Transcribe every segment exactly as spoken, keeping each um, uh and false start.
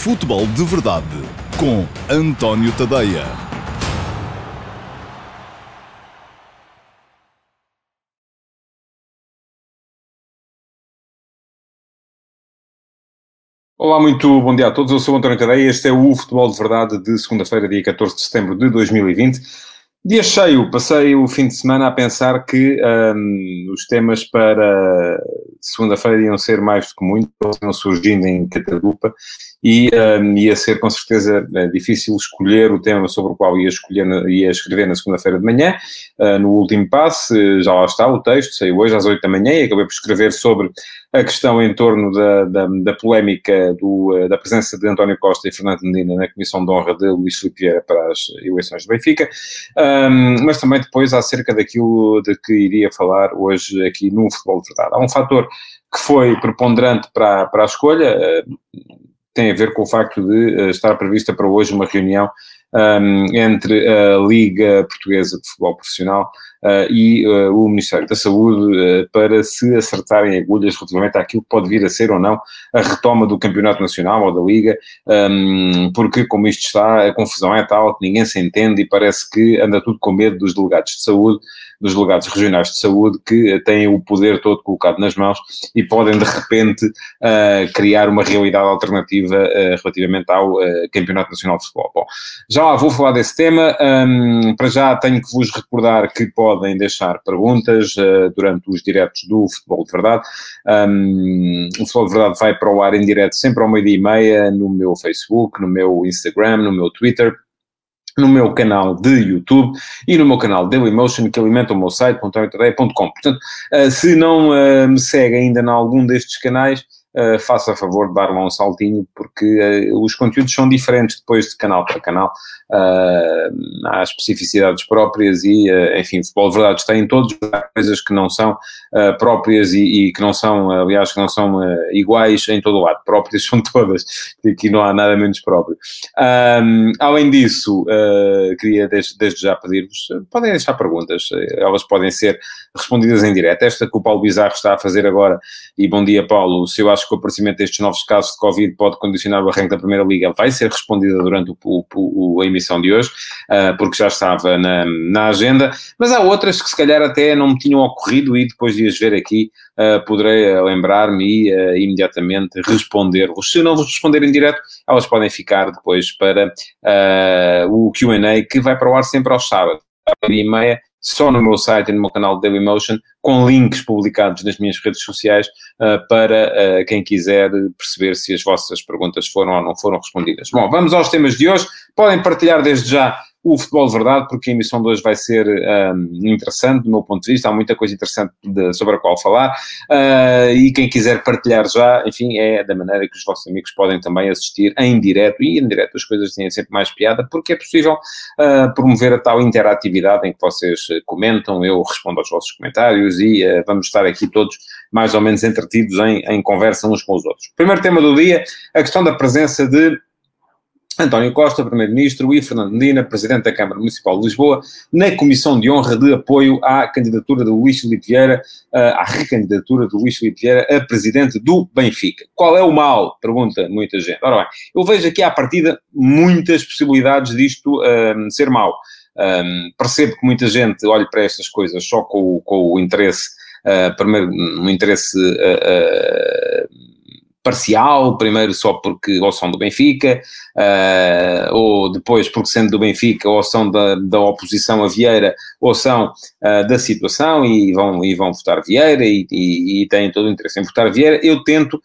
Futebol de Verdade com António Tadeia. Olá, muito bom dia a todos. Eu sou o António Tadeia. Este é o Futebol de Verdade de segunda-feira, dia catorze de setembro de dois mil e vinte. Dia cheio. Passei o fim de semana a pensar que um, os temas para segunda-feira iam ser mais do que muito, iam surgindo em catadupa e um, ia ser com certeza difícil escolher o tema sobre o qual ia, escolher, ia escrever na segunda-feira de manhã. Uh, no último passe, já lá está o texto, saiu hoje às oito da manhã e acabei por escrever sobre a questão em torno da, da, da polémica do, da presença de António Costa e Fernando Medina na Comissão de Honra de Luís Filipe Vieira para as eleições de Benfica, um, mas também depois acerca daquilo de que iria falar hoje aqui no Futebol de Verdade. Há um fator que foi preponderante para, para a escolha, uh, tem a ver com o facto de uh, estar prevista para hoje uma reunião um, entre a Liga Portuguesa de Futebol Profissional Uh, e uh, o Ministério da Saúde uh, para se acertarem agulhas relativamente àquilo que pode vir a ser ou não a retoma do Campeonato Nacional ou da Liga, um, porque como isto está, a confusão é tal que ninguém se entende e parece que anda tudo com medo dos delegados de saúde, dos delegados regionais de saúde, que têm o poder todo colocado nas mãos e podem de repente uh, criar uma realidade alternativa uh, relativamente ao uh, Campeonato Nacional de Futebol. Bom, já lá vou falar desse tema. Um, para já tenho que vos recordar que pode podem deixar perguntas uh, durante os diretos do Futebol de Verdade. Um, o Futebol de Verdade vai para o ar em direto sempre ao meio-dia e meia no meu Facebook, no meu Instagram, no meu Twitter, no meu canal de YouTube e no meu canal Dailymotion, que alimenta o meu site, antonio tadeia ponto com. Portanto, uh, se não uh, me segue ainda em algum destes canais, Uh, faça a favor de dar lá um saltinho, porque uh, os conteúdos são diferentes depois de canal para canal, uh, há especificidades próprias e, uh, enfim, o Futebol de Verdade tem todos, há coisas que não são uh, próprias e, e que não são, aliás, que não são uh, iguais em todo o lado, próprias são todas, e aqui não há nada menos próprio. Um, além disso, uh, queria desde, desde já pedir-vos, uh, podem deixar perguntas, uh, elas podem ser respondidas em direto. Esta que o Paulo Bizarro está a fazer agora, e bom dia Paulo, se eu acho que o aparecimento destes novos casos de Covid pode condicionar o arranque da Primeira Liga, vai ser respondida durante o, o, o, a emissão de hoje, uh, porque já estava na, na agenda, mas há outras que se calhar até não me tinham ocorrido e depois de as ver aqui uh, poderei lembrar-me e uh, imediatamente responder-vos. Se não vos responder em direto, elas podem ficar depois para uh, o Q and A, que vai para o ar sempre aos sábados, às meia e meia, só no meu site e no meu canal de Dailymotion, com links publicados nas minhas redes sociais, uh, para uh, quem quiser perceber se as vossas perguntas foram ou não foram respondidas. Bom, vamos aos temas de hoje. Podem partilhar desde já o Futebol de Verdade, porque a emissão de hoje vai ser um, interessante, do meu ponto de vista, há muita coisa interessante de, sobre a qual falar, uh, e quem quiser partilhar já, enfim, é da maneira que os vossos amigos podem também assistir em direto, e em direto as coisas têm sempre mais piada, porque é possível uh, promover a tal interatividade em que vocês comentam, eu respondo aos vossos comentários e uh, vamos estar aqui todos mais ou menos entretidos em, em conversa uns com os outros. Primeiro tema do dia, a questão da presença de António Costa, Primeiro-Ministro, e Fernando Medina, Presidente da Câmara Municipal de Lisboa, na Comissão de Honra de Apoio à candidatura de Luís Filipe Vieira, à recandidatura de Luís Filipe Vieira a Presidente do Benfica. Qual é o mal? Pergunta muita gente. Ora bem, eu vejo aqui à partida muitas possibilidades disto um, ser mau. Um, percebo que muita gente olhe para estas coisas só com, com o interesse, uh, primeiro, um interesse Uh, uh, parcial, primeiro só porque ou são do Benfica, uh, ou depois porque sendo do Benfica, ou são da, da oposição a Vieira, ou são uh, da situação e vão, e vão votar Vieira e, e, e têm todo o interesse em votar Vieira. Eu tento,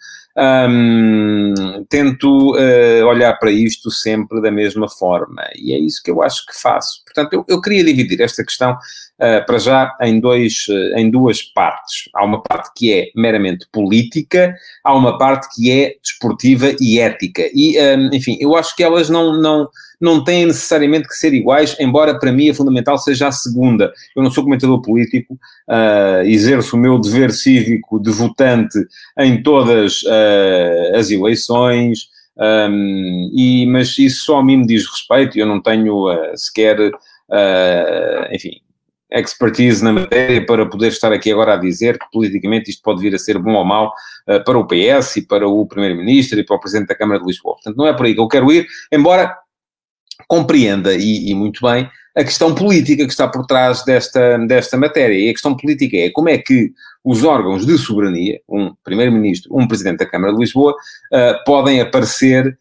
um, tento uh, olhar para isto sempre da mesma forma e é isso que eu acho que faço. Portanto, eu, eu queria dividir esta questão Uh, para já em, dois, uh, em duas partes. Há uma parte que é meramente política, há uma parte que é desportiva e ética. E, um, enfim, eu acho que elas não, não, não têm necessariamente que ser iguais, embora para mim a fundamental seja a segunda. Eu não sou comentador político, uh, exerço o meu dever cívico de votante em todas uh, as eleições, um, e, mas isso só a mim me diz respeito, eu não tenho uh, sequer, uh, enfim, expertise na matéria para poder estar aqui agora a dizer que politicamente isto pode vir a ser bom ou mau uh, para o P S e para o Primeiro-Ministro e para o Presidente da Câmara de Lisboa. Portanto, não é por aí que eu quero ir, embora compreenda, e, e muito bem, a questão política que está por trás desta, desta matéria. E a questão política é como é que os órgãos de soberania, um Primeiro-Ministro, um Presidente da Câmara de Lisboa, uh, podem aparecer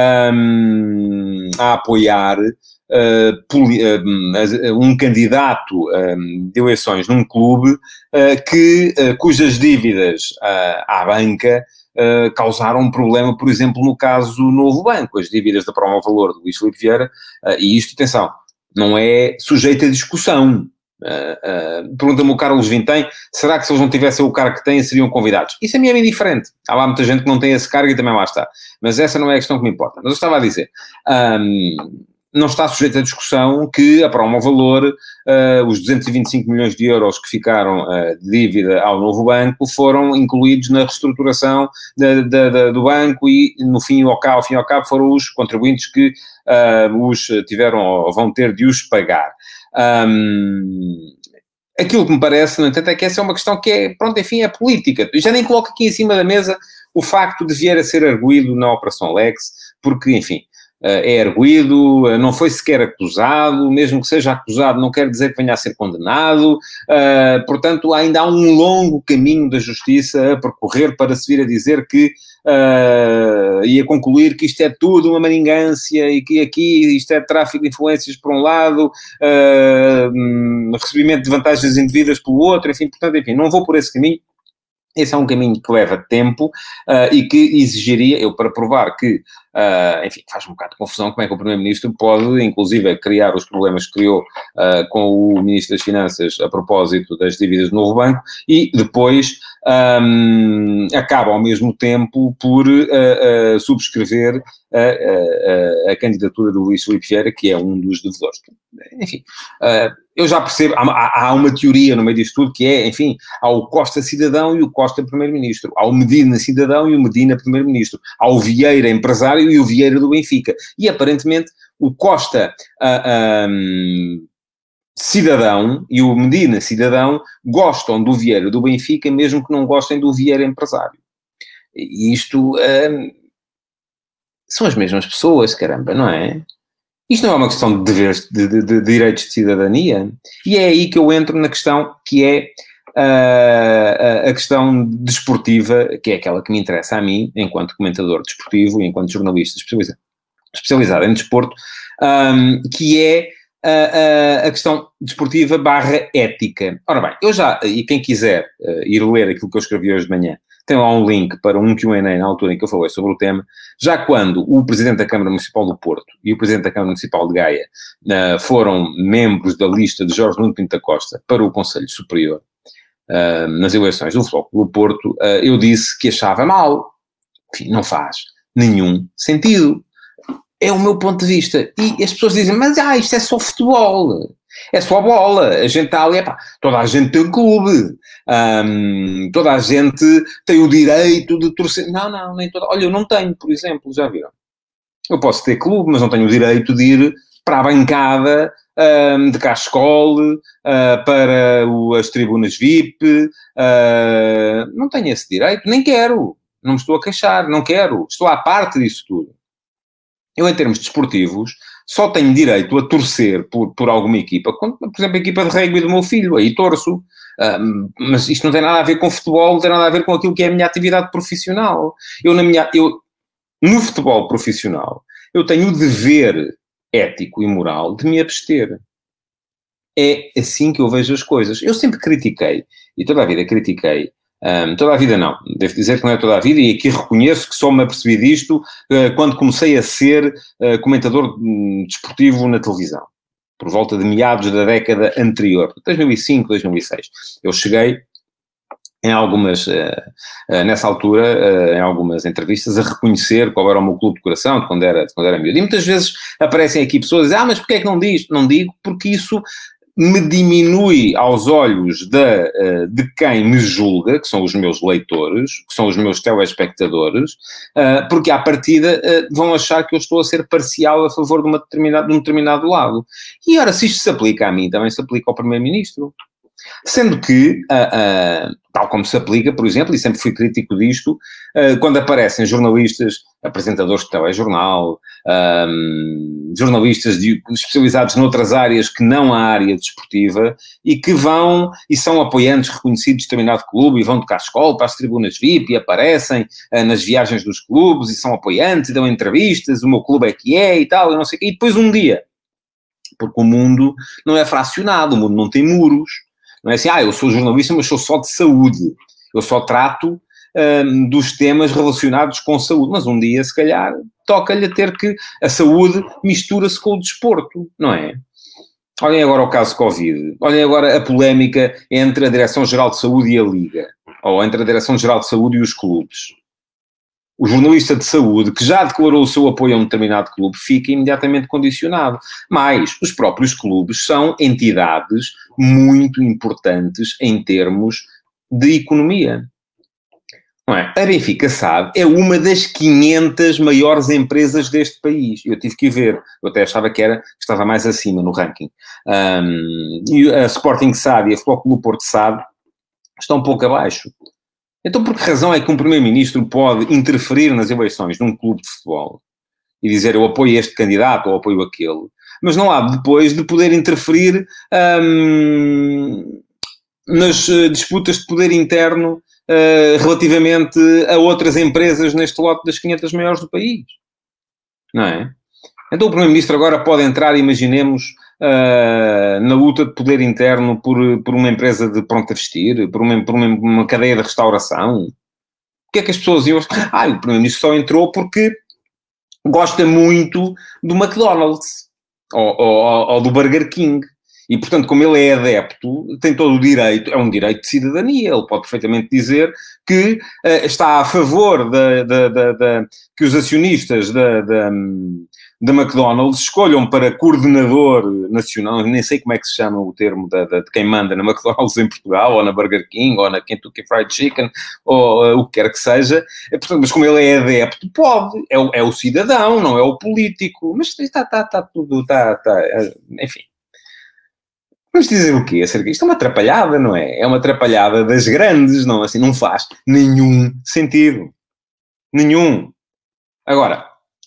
um, a apoiar Uh, poli, uh, um candidato uh, de eleições num clube uh, que, uh, cujas dívidas uh, à banca uh, causaram um problema, por exemplo, no caso do Novo Banco, as dívidas da Promovalor de Luís Filipe Vieira, uh, e isto, atenção, não é sujeito a discussão. Uh, uh, pergunta-me o Carlos Vintém, será que se eles não tivessem o cargo que têm, seriam convidados? Isso a mim é bem diferente. Há lá muita gente que não tem esse cargo e também lá está. Mas essa não é a questão que me importa. Mas eu estava a dizer... Um, não está sujeito à discussão que a Promovalor, uh, os duzentos e vinte e cinco milhões de euros que ficaram uh, de dívida ao Novo Banco foram incluídos na reestruturação da, da, da, do banco e, no fim ao cabo, ao fim e ao cabo, foram os contribuintes que uh, os tiveram ou vão ter de os pagar. Um, aquilo que me parece, no entanto, é que essa é uma questão que é, pronto, enfim, é política. Eu já nem coloco aqui em cima da mesa o facto de Vieira ser arguido na Operação Lex, porque, enfim... é arguido, não foi sequer acusado, mesmo que seja acusado não quer dizer que venha a ser condenado, uh, portanto ainda há um longo caminho da justiça a percorrer para se vir a dizer que, uh, e a concluir que isto é tudo uma maningância e que aqui isto é tráfico de influências por um lado, uh, recebimento de vantagens indevidas pelo outro, enfim, portanto, enfim, não vou por esse caminho. Esse é um caminho que leva tempo uh, e que exigiria, eu para provar que, uh, enfim, faz um bocado de confusão como é que o Primeiro-Ministro pode, inclusive, criar os problemas que criou uh, com o Ministro das Finanças a propósito das dívidas do Novo Banco e depois um, acaba ao mesmo tempo por uh, uh, subscrever a, a, a candidatura do Luís Filipe Vieira, que é um dos devedores. Enfim... Uh, eu já percebo, há, há uma teoria no meio disto tudo que é, enfim, há o Costa cidadão e o Costa primeiro-ministro, há o Medina cidadão e o Medina primeiro-ministro, há o Vieira empresário e o Vieira do Benfica. E aparentemente o Costa uh, um, cidadão e o Medina cidadão gostam do Vieira do Benfica, mesmo que não gostem do Vieira empresário. E isto uh, são as mesmas pessoas, caramba, não é? Isto não é uma questão de deveres, de, de, de direitos de cidadania? E é aí que eu entro na questão que é uh, a questão desportiva, que é aquela que me interessa a mim, enquanto comentador desportivo e enquanto jornalista especializado, especializado em desporto, um, que é a, a, a questão desportiva barra ética. Ora bem, eu já, e quem quiser uh, ir ler aquilo que eu escrevi hoje de manhã, tem lá um link para um Q and A na altura em que eu falei sobre o tema, já quando o Presidente da Câmara Municipal do Porto e o Presidente da Câmara Municipal de Gaia uh, foram membros da lista de Jorge Nuno Pinto da Costa para o Conselho Superior uh, nas eleições do Futebol Clube do Porto, uh, eu disse que achava mal. Enfim, não faz nenhum sentido. É o meu ponto de vista. E as pessoas dizem, mas ah, isto é só futebol. É só bola, a gente está ali, epá, toda a gente tem um clube, um, toda a gente tem o direito de torcer. Não, não, nem toda. Olha, eu não tenho, por exemplo, já viram? Eu posso ter clube, mas não tenho o direito de ir para a bancada um, de Cascol, uh, para o, as tribunas V I P, uh, não tenho esse direito, nem quero, não me estou a queixar, não quero, estou à parte disso tudo. Eu, em termos desportivos, só tenho direito a torcer por, por alguma equipa, quando, por exemplo, a equipa de rugby do meu filho, aí torço, um, mas isto não tem nada a ver com futebol, não tem nada a ver com aquilo que é a minha atividade profissional. Eu, na minha, eu, no futebol profissional, eu tenho o dever ético e moral de me abster. É assim que eu vejo as coisas. Eu sempre critiquei, e toda a vida critiquei, Um, toda a vida não, devo dizer que não é toda a vida, e aqui reconheço que só me apercebi disto uh, quando comecei a ser uh, comentador um, desportivo na televisão, por volta de meados da década anterior, dois mil e cinco, dois mil e seis. Eu cheguei em algumas, uh, uh, nessa altura, uh, em algumas entrevistas, a reconhecer qual era o meu clube de coração, de quando era, de quando era miúdo. E muitas vezes aparecem aqui pessoas e dizem, ah, mas porquê é que não diz? Não digo porque isso... me diminui aos olhos de, de quem me julga, que são os meus leitores, que são os meus telespectadores, porque à partida vão achar que eu estou a ser parcial a favor de, uma determinada, de um determinado lado. E ora, se isto se aplica a mim, também se aplica ao Primeiro-Ministro. Sendo que, uh, uh, tal como se aplica, por exemplo, e sempre fui crítico disto, uh, quando aparecem jornalistas, apresentadores de telejornal, um, jornalistas de, especializados noutras áreas que não a área desportiva, e que vão, e são apoiantes reconhecidos de determinado clube, e vão tocar escola para as tribunas V I P, e aparecem uh, nas viagens dos clubes, e são apoiantes, e dão entrevistas, o meu clube é que é, e tal, e não sei o quê, e depois um dia, porque o mundo não é fracionado, o mundo não tem muros. Não é assim, ah, eu sou jornalista, mas sou só de saúde. Eu só trato um, dos temas relacionados com saúde. Mas um dia, se calhar, toca-lhe a ter que... A saúde mistura-se com o desporto, não é? Olhem agora o caso Covid. Olhem agora a polémica entre a Direção-Geral de Saúde e a Liga. Ou entre a Direção-Geral de Saúde e os clubes. O jornalista de saúde, que já declarou o seu apoio a um determinado clube, fica imediatamente condicionado. Mas os próprios clubes são entidades muito importantes em termos de economia. Não é? A Benfica S A D é uma das quinhentas maiores empresas deste país. Eu tive que ver. Eu até achava que era, que estava mais acima no ranking. Um, e a Sporting S A D e a Futebol Clube Porto S A D estão um pouco abaixo. Então, por que razão é que um Primeiro-Ministro pode interferir nas eleições de um clube de futebol e dizer eu apoio este candidato ou apoio aquele, mas não há depois de poder interferir hum, nas uh, disputas de poder interno uh, relativamente a outras empresas neste lote das quinhentas maiores do país? Não é? Então o Primeiro-Ministro agora pode entrar, imaginemos, Uh, na luta de poder interno por, por uma empresa de pronto a vestir, por uma, por uma, uma cadeia de restauração. O que é que as pessoas iam... Ah, o Primeiro-Ministro só entrou porque gosta muito do McDonald's ou, ou, ou do Burger King. E, portanto, como ele é adepto, tem todo o direito, é um direito de cidadania. Ele pode perfeitamente dizer que uh, está a favor da, da, da, da, que os acionistas da, da, da McDonald's escolham para coordenador nacional, nem sei como é que se chama o termo da, da, de quem manda na McDonald's em Portugal, ou na Burger King, ou na Kentucky Fried Chicken, ou uh, o que quer que seja. É, portanto, mas como ele é adepto, pode. É o, é o cidadão, não é o político. Mas está, está, está tudo... Está, está, enfim. Vamos dizer o quê acerca disto? É uma atrapalhada, não é? É uma atrapalhada das grandes, não? Assim, não faz nenhum sentido. Nenhum. Agora,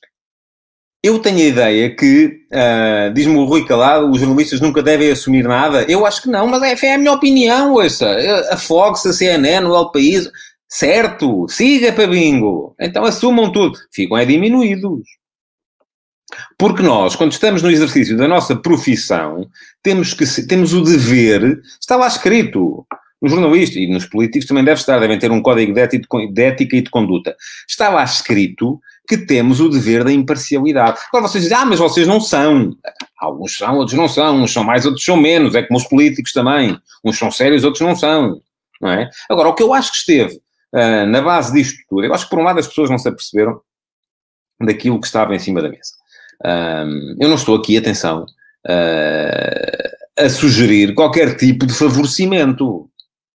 eu tenho a ideia que, uh, diz-me o Rui Calado, os jornalistas nunca devem assumir nada. Eu acho que não, mas é, é a minha opinião, ouça. A Fox, a C N N, o El País, certo, siga para bingo. Então assumam tudo. Ficam é diminuídos. Porque nós, quando estamos no exercício da nossa profissão, temos, que, temos o dever, está lá escrito, nos jornalistas e nos políticos também deve estar, devem ter um código de ética e de conduta. Está lá escrito que temos o dever da imparcialidade. Agora vocês dizem, ah, mas vocês não são. Alguns são, outros não são. Uns são mais, outros são menos. É como os políticos também. Uns são sérios, outros não são. Não é? Agora, o que eu acho que esteve uh, na base disto tudo, eu acho que por um lado as pessoas não se aperceberam daquilo que estava em cima da mesa. Um, eu não estou aqui, atenção, uh, a sugerir qualquer tipo de favorecimento.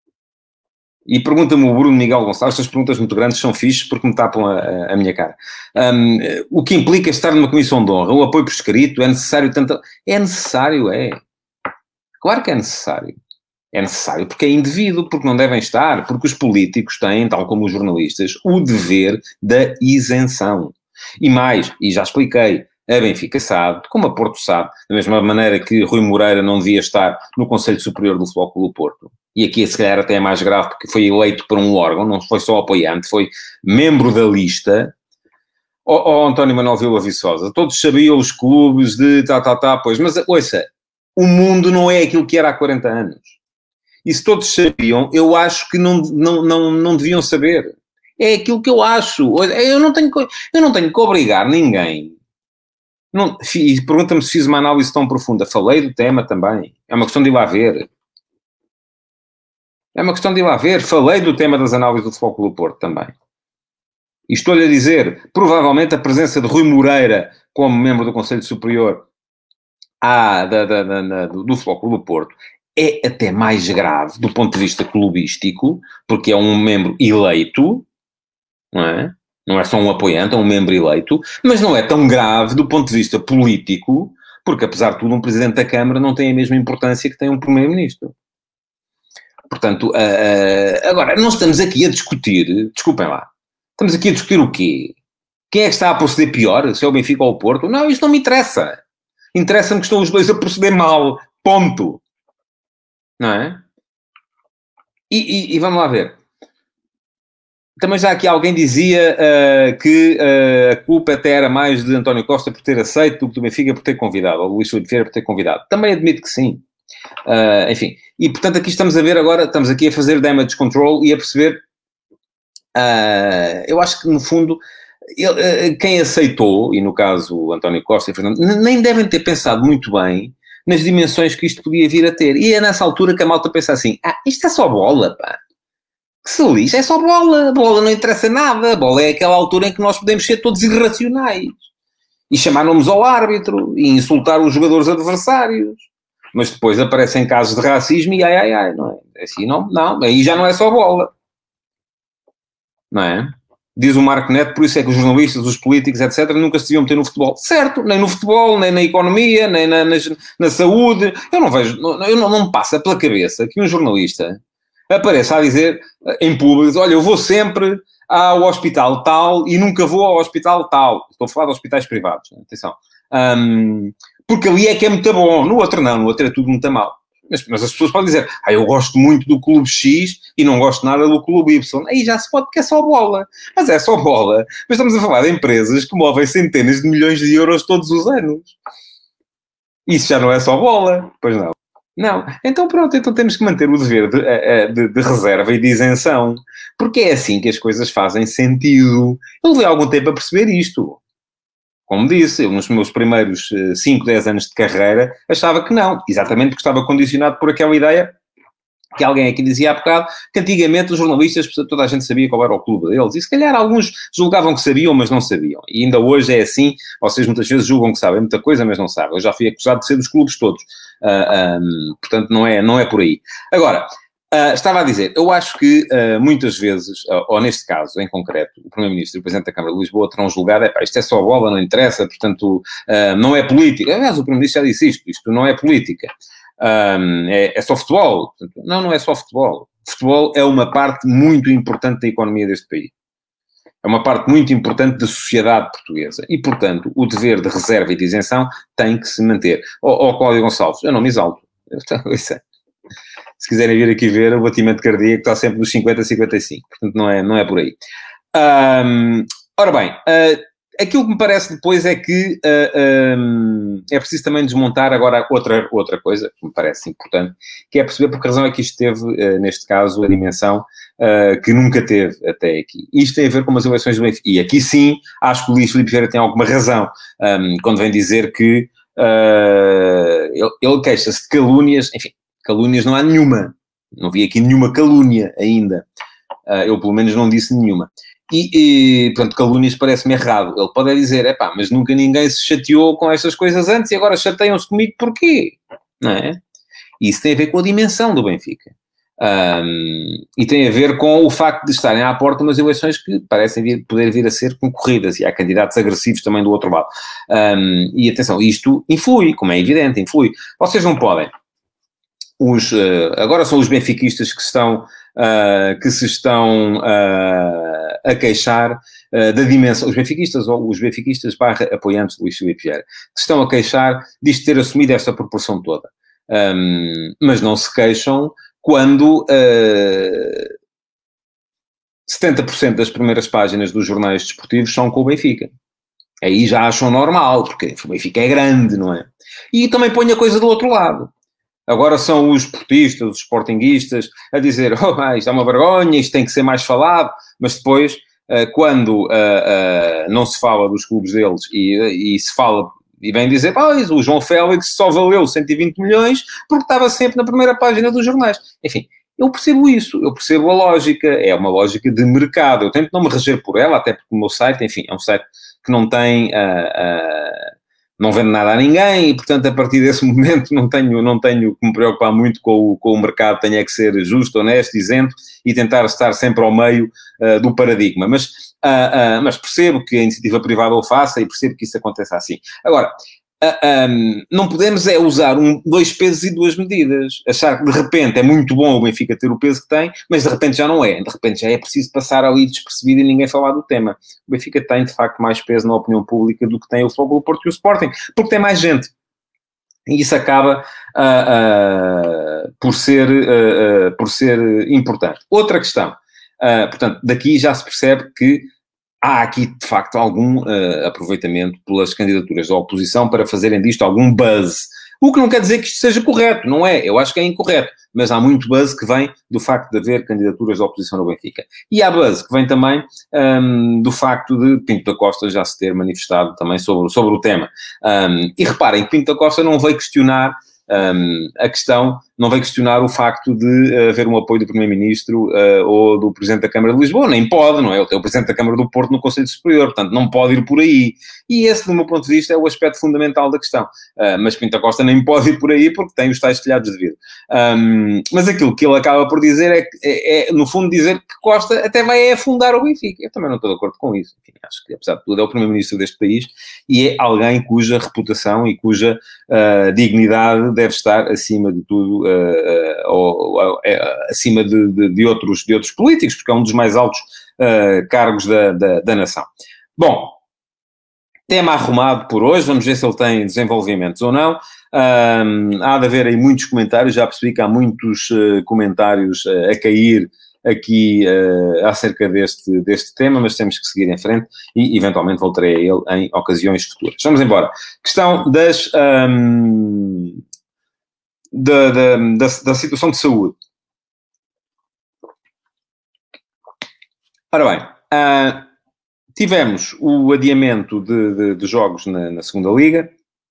E pergunta-me o Bruno Miguel Gonçalves, estas perguntas muito grandes são fixes porque me tapam a, a, a minha cara. Um, o que implica estar numa comissão de honra? O apoio por escrito? É necessário tanto... É necessário, é. Claro que é necessário. É necessário porque é indevido, porque não devem estar, porque os políticos têm, tal como os jornalistas, o dever da isenção. E mais, e já expliquei, a Benfica sabe, como a Porto sabe, da mesma maneira que Rui Moreira não devia estar no Conselho Superior do Futebol Clube do Porto. E aqui, se calhar, até é mais grave, porque foi eleito por um órgão, não foi só apoiante, foi membro da lista. Ó oh, oh, António Manuel Vila Viçosa, todos sabiam os clubes de tá, tá, tá, pois, mas, ouça, o mundo não é aquilo que era há quarenta anos. E se todos sabiam, eu acho que não, não, não, não deviam saber. É aquilo que eu acho. Eu não tenho, eu não tenho que obrigar ninguém. Não, e pergunta-me se fiz uma análise tão profunda. Falei do tema também. É uma questão de ir lá ver. É uma questão de ir lá ver. Falei do tema das análises do Futebol Clube do Porto também. E estou-lhe a dizer, provavelmente a presença de Rui Moreira como membro do Conselho Superior à, da, da, da, da, do, do Futebol Clube do Porto é até mais grave do ponto de vista clubístico, porque é um membro eleito, não é? Não é só um apoiante, é um membro eleito, mas não é tão grave do ponto de vista político, porque apesar de tudo um Presidente da Câmara não tem a mesma importância que tem um Primeiro-Ministro. Portanto, uh, uh, agora, nós estamos aqui a discutir, desculpem lá, estamos aqui a discutir o quê? Quem é que está a proceder pior? Se é o Benfica ou o Porto? Não, isto não me interessa. Interessa-me que estão os dois a proceder mal. Ponto. Não é? E, e, e vamos lá ver. Também já aqui alguém dizia uh, que uh, a culpa até era mais de António Costa por ter aceito do que do Benfica por ter convidado, ou Luís Filipe Vieira por ter convidado. Também admito que sim. Uh, enfim. E, portanto, aqui estamos a ver agora, estamos aqui a fazer damage control e a perceber, uh, eu acho que, no fundo, ele, uh, quem aceitou, e no caso António Costa e Fernando, nem devem ter pensado muito bem nas dimensões que isto podia vir a ter. E é nessa altura que a malta pensa assim, ah, isto é só bola, pá. Que se lixa, é só bola. A bola não interessa nada. A bola é aquela altura em que nós podemos ser todos irracionais. E chamar nomes ao árbitro, e insultar os jogadores adversários. Mas depois aparecem casos de racismo e ai, ai, ai, não é? Assim, não, não. Aí já não é só bola. Não é? Diz o Marco Neto, por isso é que os jornalistas, os políticos, etcétera, nunca se deviam meter no futebol. Certo, nem no futebol, nem na economia, nem na, na, na saúde. Eu não vejo, não, eu não, não me passa pela cabeça que um jornalista apareça a dizer em público, olha, eu vou sempre ao hospital tal e nunca vou ao hospital tal. Estou a falar de hospitais privados, atenção. Um, porque ali é que é muito bom. No outro não, no outro é tudo muito mal. Mas, mas as pessoas podem dizer, ah, eu gosto muito do clube X e não gosto nada do clube Y. Aí já se pode, porque é só bola. Mas é só bola. Mas estamos a falar de empresas que movem centenas de milhões de euros todos os anos. Isso já não é só bola. Pois não. Não. Então pronto, então temos que manter o dever de, de, de reserva e de isenção. Porque é assim que as coisas fazem sentido. Eu levei algum tempo a perceber isto. Como disse, eu nos meus primeiros cinco, dez anos de carreira achava que não. Exatamente porque estava condicionado por aquela ideia que alguém aqui dizia há bocado, que antigamente os jornalistas, toda a gente sabia qual era o clube deles. E se calhar alguns julgavam que sabiam, mas não sabiam. E ainda hoje é assim. Vocês muitas vezes julgam que sabem muita coisa, mas não sabem. Eu já fui acusado de ser dos clubes todos. Uh, um, portanto, não é, não é por aí. Agora, uh, estava a dizer, eu acho que uh, muitas vezes, uh, ou neste caso em concreto, o Primeiro-Ministro e o Presidente da Câmara de Lisboa terão julgado, epá, isto é só bola, não interessa, portanto, uh, não é política. Aliás, o Primeiro-Ministro já disse isto, isto não é política. Um, é, é só futebol. Portanto, não, não é só futebol. Futebol é uma parte muito importante da economia deste país. É uma parte muito importante da sociedade portuguesa. E, portanto, o dever de reserva e de isenção tem que se manter. Ó, oh, oh, Cláudio Gonçalves, eu não me exalto. Se quiserem vir aqui ver, o batimento cardíaco está sempre dos cinquenta a cinquenta e cinco. Portanto, não é, não é por aí. Um, ora bem, uh, aquilo que me parece depois é que uh, um, é preciso também desmontar agora outra, outra coisa, que me parece importante, que é perceber por que razão é que isto teve, uh, neste caso, a dimensão uh, que nunca teve até aqui. Isto tem a ver com as eleições do Benfica. E aqui sim, acho que o Luís Filipe Vieira tem alguma razão, um, quando vem dizer que uh, ele, ele queixa-se de calúnias. Enfim, calúnias não há nenhuma. Não vi aqui nenhuma calúnia ainda. Uh, eu, pelo menos, não disse nenhuma. E, e portanto, calúnias parece-me errado. Ele pode dizer, epá, mas nunca ninguém se chateou com estas coisas antes e agora chateiam-se comigo, porquê? Não é? E isso tem a ver com a dimensão do Benfica. Um, e tem a ver com o facto de estarem à porta umas eleições que parecem vir, poder vir a ser concorridas, e há candidatos agressivos também do outro lado. Um, e atenção, isto influi, como é evidente, influi. Vocês não podem. Os, uh, agora são os benfiquistas que estão Uh, que se estão uh, a queixar uh, da dimensão, os benfiquistas ou os benfiquistas barra apoiantes de Luís Filipe Vieira, que se estão a queixar disto ter assumido esta proporção toda. Um, mas não se queixam quando uh, setenta por cento das primeiras páginas dos jornais desportivos são com o Benfica. Aí já acham normal, porque o Benfica é grande, não é? E também põe a coisa do outro lado. Agora são os portistas, os sportinguistas, a dizer, oh, isto é uma vergonha, isto tem que ser mais falado, mas depois, quando uh, uh, não se fala dos clubes deles e, e se fala, e vem dizer, pois, o João Félix só valeu cento e vinte milhões porque estava sempre na primeira página dos jornais. Enfim, eu percebo isso, eu percebo a lógica, é uma lógica de mercado, eu tento não me reger por ela, até porque o meu site, enfim, é um site que não tem... Uh, uh, não vendo nada a ninguém e, portanto, a partir desse momento não tenho, não tenho que me preocupar muito com o, com o mercado, tenho é que ser justo, honesto, isento e tentar estar sempre ao meio uh, do paradigma. Mas, uh, uh, mas percebo que a iniciativa privada o faça e percebo que isso aconteça assim. Agora, Uh, um, não podemos é usar um, dois pesos e duas medidas. Achar que de repente é muito bom o Benfica ter o peso que tem, mas de repente já não é. De repente já é preciso passar ali despercebido e ninguém falar do tema. O Benfica tem, de facto, mais peso na opinião pública do que tem o Futebol do Porto e o Sporting, porque tem mais gente. E isso acaba uh, uh, por, ser, uh, uh, por ser importante. Outra questão. Uh, portanto, daqui já se percebe que há aqui, de facto, algum uh, aproveitamento pelas candidaturas da oposição para fazerem disto algum buzz. O que não quer dizer que isto seja correto, não é? Eu acho que é incorreto. Mas há muito buzz que vem do facto de haver candidaturas da oposição no Benfica. E há buzz que vem também um, do facto de Pinto da Costa já se ter manifestado também sobre, sobre o tema. Um, e reparem que Pinto da Costa não veio questionar um, a questão, não veio questionar o facto de uh, haver um apoio do Primeiro-Ministro uh, ou do Presidente da Câmara de Lisboa. Nem pode, não é? Ele tem o Presidente da Câmara do Porto no Conselho Superior, portanto não pode ir por aí. E esse, do meu ponto de vista, é o aspecto fundamental da questão. Uh, mas Pinto da Costa nem pode ir por aí porque tem os tais telhados de vidro. Um, mas aquilo que ele acaba por dizer é, é, é, no fundo, dizer que Costa até vai afundar o Benfica. Eu também não estou de acordo com isso. Enfim, acho que, apesar de tudo, é o Primeiro-Ministro deste país e é alguém cuja reputação e cuja uh, dignidade deve estar acima de tudo, uh, uh, ou, uh, uh, acima de, de, de, outros, de outros políticos, porque é um dos mais altos uh, cargos da, da, da nação. Bom, tema arrumado por hoje, vamos ver se ele tem desenvolvimentos ou não. Um, há de haver aí muitos comentários, já percebi que há muitos uh, comentários uh, a cair aqui uh, acerca deste, deste tema, mas temos que seguir em frente e eventualmente voltarei a ele em ocasiões futuras. Vamos embora. Questão das, um, da, da, da, da situação de saúde. Ora bem, uh, tivemos o adiamento de, de, de jogos na, na segunda Liga.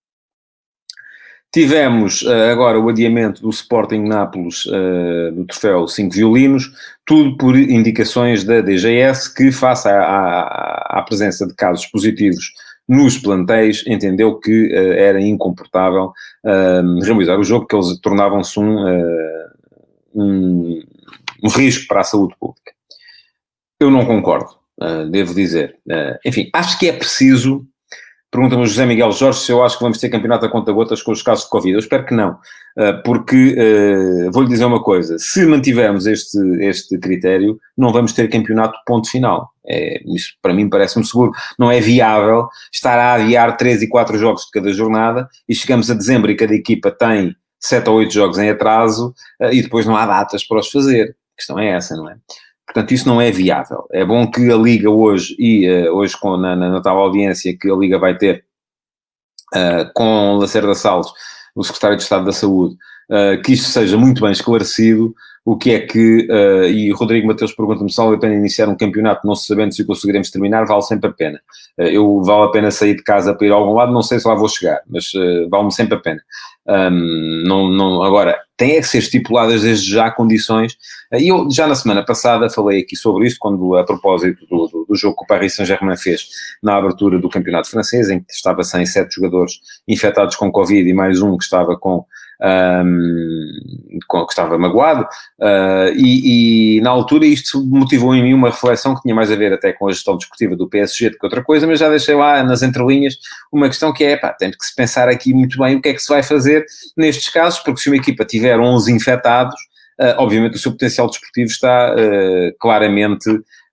Tivemos uh, agora o adiamento do Sporting Nápoles uh, do troféu cinco violinos, tudo por indicações da D G S, que face à, à, à presença de casos positivos nos plantéis, entendeu que uh, era incomportável uh, realizar o jogo, que eles tornavam-se um, uh, um, um risco para a saúde pública. Eu não concordo, uh, devo dizer. Uh, enfim, acho que é preciso... Pergunta-me o José Miguel Jorge se eu acho que vamos ter campeonato a conta-gotas com os casos de Covid. Eu espero que não, porque, uh, vou-lhe dizer uma coisa, se mantivermos este, este critério, não vamos ter campeonato ponto final. É, isso para mim parece-me seguro. Não é viável estar a adiar três e quatro jogos de cada jornada e chegamos a dezembro e cada equipa tem sete ou oito jogos em atraso uh, e depois não há datas para os fazer. A questão é essa, não é? Portanto, isso não é viável. É bom que a Liga hoje, e uh, hoje com, na, na tal audiência que a Liga vai ter uh, com Lacerda Salles, o Secretário de Estado da Saúde, uh, que isto seja muito bem esclarecido, o que é que, uh, e Rodrigo Mateus pergunta-me se vale a pena iniciar um campeonato não se sabendo se o conseguiremos terminar, vale sempre a pena. Uh, eu vale a pena sair de casa para ir a algum lado, não sei se lá vou chegar, mas uh, vale-me sempre a pena. Um, não, não, agora, tem é que ser estipuladas desde já condições, e eu já na semana passada falei aqui sobre isso, quando a propósito do, do, do jogo que o Paris Saint-Germain fez na abertura do campeonato francês, em que estava sem sete jogadores infectados com Covid e mais um que estava com, um, com que estava magoado, uh, e, e na altura isto motivou em mim uma reflexão que tinha mais a ver até com a gestão desportiva do P S G do que outra coisa, mas já deixei lá nas entrelinhas uma questão que é, pá, tem que se pensar aqui muito bem o que é que se vai fazer nestes casos, porque se uma equipa tiver onze infectados, uh, obviamente o seu potencial desportivo está uh, claramente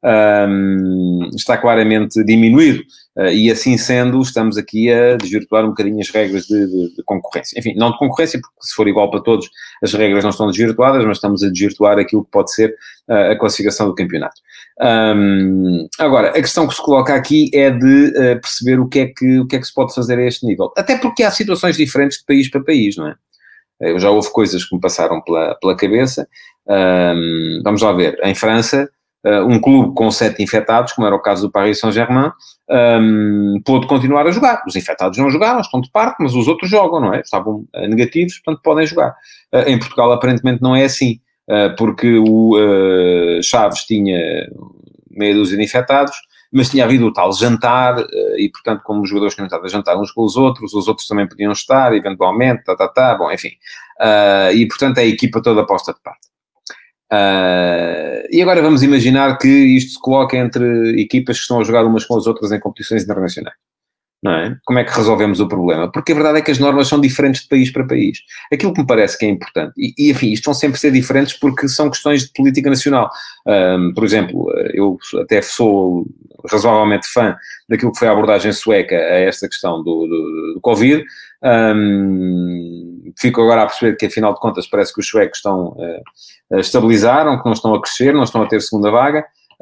um, está claramente diminuído, uh, e assim sendo estamos aqui a desvirtuar um bocadinho as regras de, de, de concorrência. Enfim, não de concorrência, porque se for igual para todos as regras não estão desvirtuadas, mas estamos a desvirtuar aquilo que pode ser uh, a classificação do campeonato. Um, agora, a questão que se coloca aqui é de uh, perceber o que, é que, o que é que se pode fazer a este nível. Até porque há situações diferentes de país para país, não é? Eu já houve coisas que me passaram pela, pela cabeça. Um, vamos lá ver. Em França, uh, um clube com sete infectados, como era o caso do Paris Saint-Germain, um, pôde continuar a jogar. Os infectados não jogaram, estão de parte, mas os outros jogam, não é? Estavam uh, negativos, portanto podem jogar. Uh, em Portugal, aparentemente, não é assim. Uh, porque o uh, Chaves tinha meia dúzia de infectados, mas tinha havido o tal jantar, e portanto, como os jogadores tinham estado a jantar uns com os outros, os outros também podiam estar, eventualmente, tá, tá, tá, bom, enfim. Uh, e portanto, é a equipa toda posta de parte. Uh, e agora vamos imaginar que isto se coloca entre equipas que estão a jogar umas com as outras em competições internacionais. Não é? Como é que resolvemos o problema? Porque a verdade é que as normas são diferentes de país para país. Aquilo que me parece que é importante, e, e enfim, isto vão sempre ser diferentes porque são questões de política nacional. Um, por exemplo, eu até sou razoavelmente fã daquilo que foi a abordagem sueca a esta questão do, do, do Covid. Um, fico agora a perceber que, afinal de contas, parece que os suecos estão, uh, estabilizaram, que não estão a crescer, não estão a ter segunda vaga.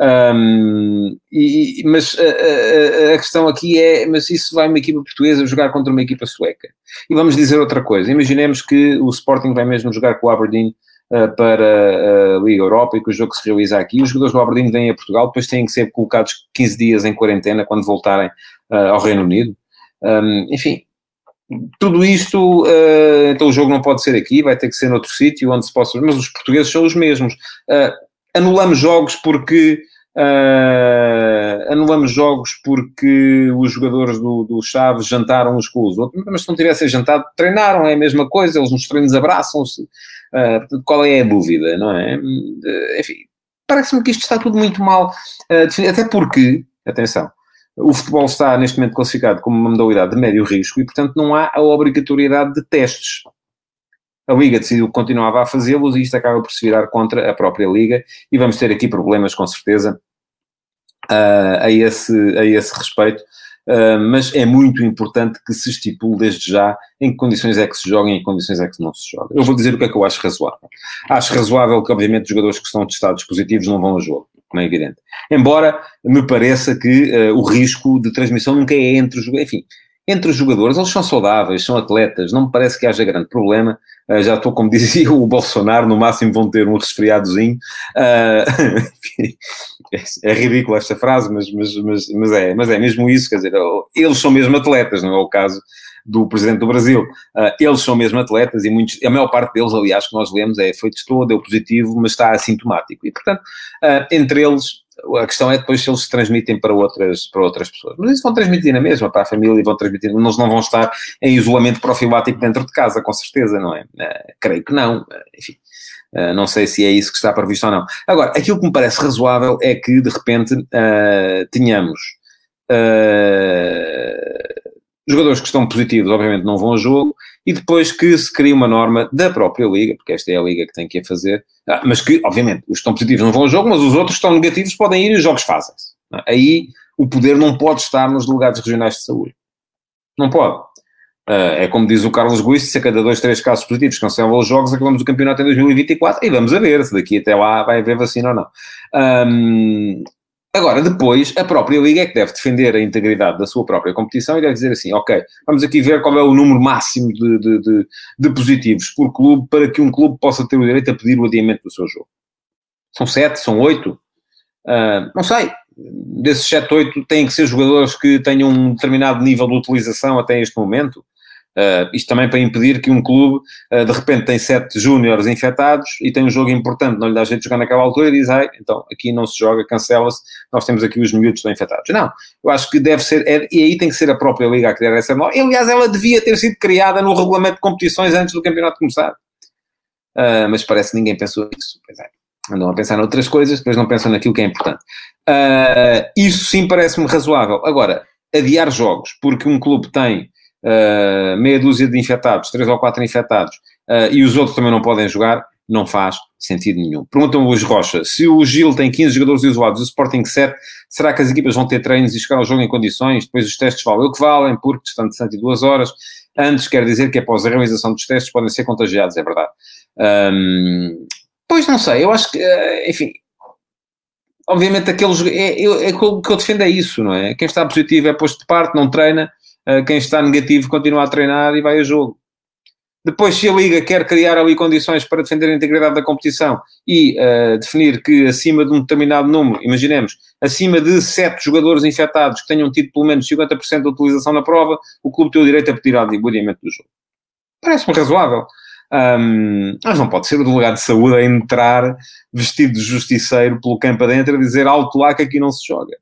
Um, e, mas a, a, a questão aqui é, mas isso vai uma equipa portuguesa jogar contra uma equipa sueca? E vamos dizer outra coisa, imaginemos que o Sporting vai mesmo jogar com o Aberdeen uh, para a Liga Europa e que o jogo se realiza aqui, os jogadores do Aberdeen vêm a Portugal, depois têm que ser colocados quinze dias em quarentena quando voltarem uh, ao Reino Unido. Um, enfim, tudo isto, uh, então o jogo não pode ser aqui, vai ter que ser noutro sítio onde se possa, mas os portugueses são os mesmos. Uh, Anulamos jogos porque uh, anulamos jogos porque os jogadores do, do Chaves jantaram uns com os outros, mas se não tivessem jantado, treinaram, é a mesma coisa, eles nos treinos abraçam-se. Uh, qual é a dúvida, não é? Uh, enfim, parece-me que isto está tudo muito mal uh, definido, até porque, atenção, o futebol está neste momento classificado como uma modalidade de médio risco e, portanto, não há a obrigatoriedade de testes. A Liga decidiu que continuava a fazê-los e isto acaba por se virar contra a própria Liga e vamos ter aqui problemas, com certeza, uh, a, esse, a esse respeito. Uh, mas é muito importante que se estipule desde já em que condições é que se joga e em que condições é que não se joga. Eu vou dizer o que é que eu acho razoável. Acho razoável que, obviamente, os jogadores que estão testados positivos não vão a jogo, como é evidente. Embora me pareça que uh, o risco de transmissão nunca é entre os jogadores. Enfim, entre os jogadores, eles são saudáveis, são atletas, não me parece que haja grande problema. Uh, já estou, como dizia o Bolsonaro, no máximo vão ter um resfriadozinho. Uh, é, é ridícula esta frase, mas, mas, mas, mas, é, mas é mesmo isso, quer dizer, eles são mesmo atletas, não é o caso do Presidente do Brasil. Uh, eles são mesmo atletas e muitos, a maior parte deles, aliás, que nós lemos, é foi testou, deu positivo, mas está assintomático. E, portanto, uh, entre eles, a questão é depois se eles se transmitem para outras, para outras pessoas. Mas isso vão transmitir na mesma, para a família, e vão transmitir, eles não vão estar em isolamento profilático dentro de casa, com certeza, não é? Uh, creio que não, uh, enfim. Uh, não sei se é isso que está previsto ou não. Agora, aquilo que me parece razoável é que, de repente, uh, tenhamos uh, jogadores que estão positivos, obviamente não vão ao jogo, e depois que se cria uma norma da própria Liga, porque esta é a Liga que tem que a fazer, ah, mas que, obviamente, os que estão positivos não vão ao jogo, mas os outros que estão negativos podem ir e os jogos fazem-se. Aí o poder não pode estar nos delegados regionais de saúde. Não pode. Uh, é como diz o Carlos Guice, se a cada dois, três casos positivos cancelam os jogos, acabamos o campeonato em dois mil e vinte e quatro e vamos a ver se daqui até lá vai haver vacina ou não. Um, agora, depois, a própria Liga é que deve defender a integridade da sua própria competição e deve dizer assim, ok, vamos aqui ver qual é o número máximo de, de, de, de positivos por clube para que um clube possa ter o direito a pedir o adiamento do seu jogo. São sete? São oito? Uh, não sei. Desses sete, oito têm que ser jogadores que tenham um determinado nível de utilização até este momento. Uh, isto também para impedir que um clube, uh, de repente, tem sete júniores infectados e tem um jogo importante, não lhe dá jeito de jogar naquela altura e diz, ai, então aqui não se joga, cancela-se, nós temos aqui os miúdos que estão infectados. Não, eu acho que deve ser, é, e aí tem que ser a própria Liga a criar essa norma. Aliás, ela devia ter sido criada no regulamento de competições antes do campeonato começar. Uh, mas parece que ninguém pensou nisso. Pois é. Andam a pensar noutras coisas, depois não pensam naquilo que é importante. Uh, isso sim parece-me razoável. Agora, adiar jogos, porque um clube tem Uh, meia dúzia de infectados, três ou quatro infectados, uh, e os outros também não podem jogar, não faz sentido nenhum. Perguntam o Luís Rocha, se o Gil tem quinze jogadores isolados e o Sporting sete, será que as equipas vão ter treinos e chegar ao jogo em condições? Depois os testes valem o que valem, porque estão de cento e duas horas. Antes quer dizer que após a realização dos testes podem ser contagiados, é verdade. Um, pois não sei, eu acho que, uh, enfim... Obviamente aqueles... É, é, é, o que eu defendo é isso, não é? Quem está positivo é posto de parte, não treina. Uh, quem está negativo continua a treinar e vai a jogo. Depois, se a Liga quer criar ali condições para defender a integridade da competição e uh, definir que acima de um determinado número, imaginemos, acima de sete jogadores infectados que tenham tido pelo menos cinquenta por cento de utilização na prova, o clube tem o direito a pedir o adiamento do jogo. Parece-me razoável. Um, mas não pode ser o delegado de saúde a entrar vestido de justiceiro pelo campo adentro a dizer alto lá que aqui não se joga.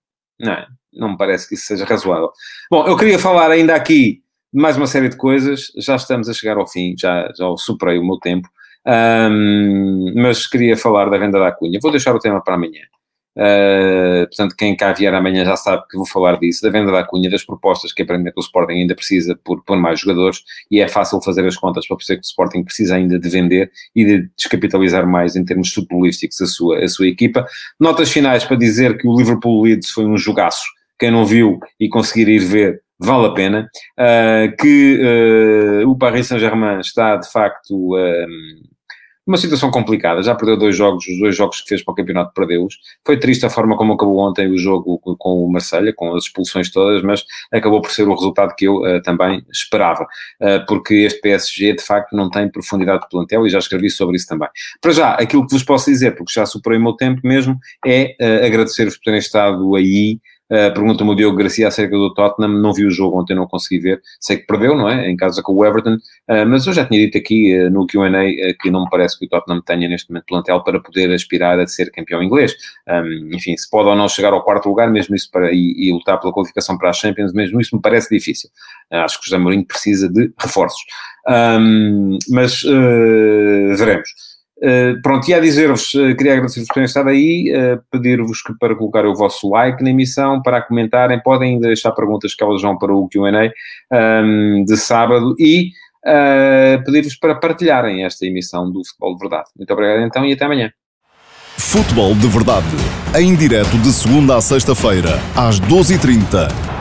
Não, não me parece que isso seja razoável. Bom, eu queria falar ainda aqui de mais uma série de coisas, já estamos a chegar ao fim, já, já superei o meu tempo, um, mas queria falar da venda da Cunha. Vou deixar o tema para amanhã. Uh, portanto, quem cá vier amanhã já sabe que vou falar disso, da venda da Cunha, das propostas que aparentemente o Sporting ainda precisa por pôr mais jogadores, e é fácil fazer as contas para perceber que o Sporting precisa ainda de vender e de descapitalizar mais em termos futebolísticos a sua, a sua equipa. Notas finais para dizer que o Liverpool Leeds foi um jogaço. Quem não viu e conseguir ir ver, vale a pena. Uh, que uh, o Paris Saint-Germain está, de facto, uh, numa situação complicada. Já perdeu dois jogos, os dois jogos que fez para o campeonato perdeu-os. Foi triste a forma como acabou ontem o jogo com o Marselha, com as expulsões todas, mas acabou por ser o resultado que eu uh, também esperava. Uh, porque este P S G, de facto, não tem profundidade de plantel, e já escrevi sobre isso também. Para já, aquilo que vos posso dizer, porque já superei o meu tempo mesmo, é uh, agradecer-vos por terem estado aí. Uh, pergunta-me o Diogo Garcia acerca do Tottenham, não vi o jogo ontem, não consegui ver, sei que perdeu, não é, em casa com o Everton, uh, mas eu já tinha dito aqui uh, no Q and A uh, que não me parece que o Tottenham tenha neste momento plantel para poder aspirar a ser campeão inglês. Um, enfim, se pode ou não chegar ao quarto lugar, mesmo isso para, e, e lutar pela qualificação para a Champions, mesmo isso me parece difícil. Uh, acho que o José Mourinho precisa de reforços. Um, mas uh, veremos. Uh, pronto, e a dizer-vos, uh, queria agradecer-vos por terem estado aí, uh, pedir-vos que, para colocar o vosso like na emissão, para comentarem, podem deixar perguntas que elas vão para o Q and A um, de sábado, e uh, pedir-vos para partilharem esta emissão do Futebol de Verdade. Muito obrigado então e até amanhã. Futebol de Verdade, em direto de segunda a sexta-feira, às doze e trinta.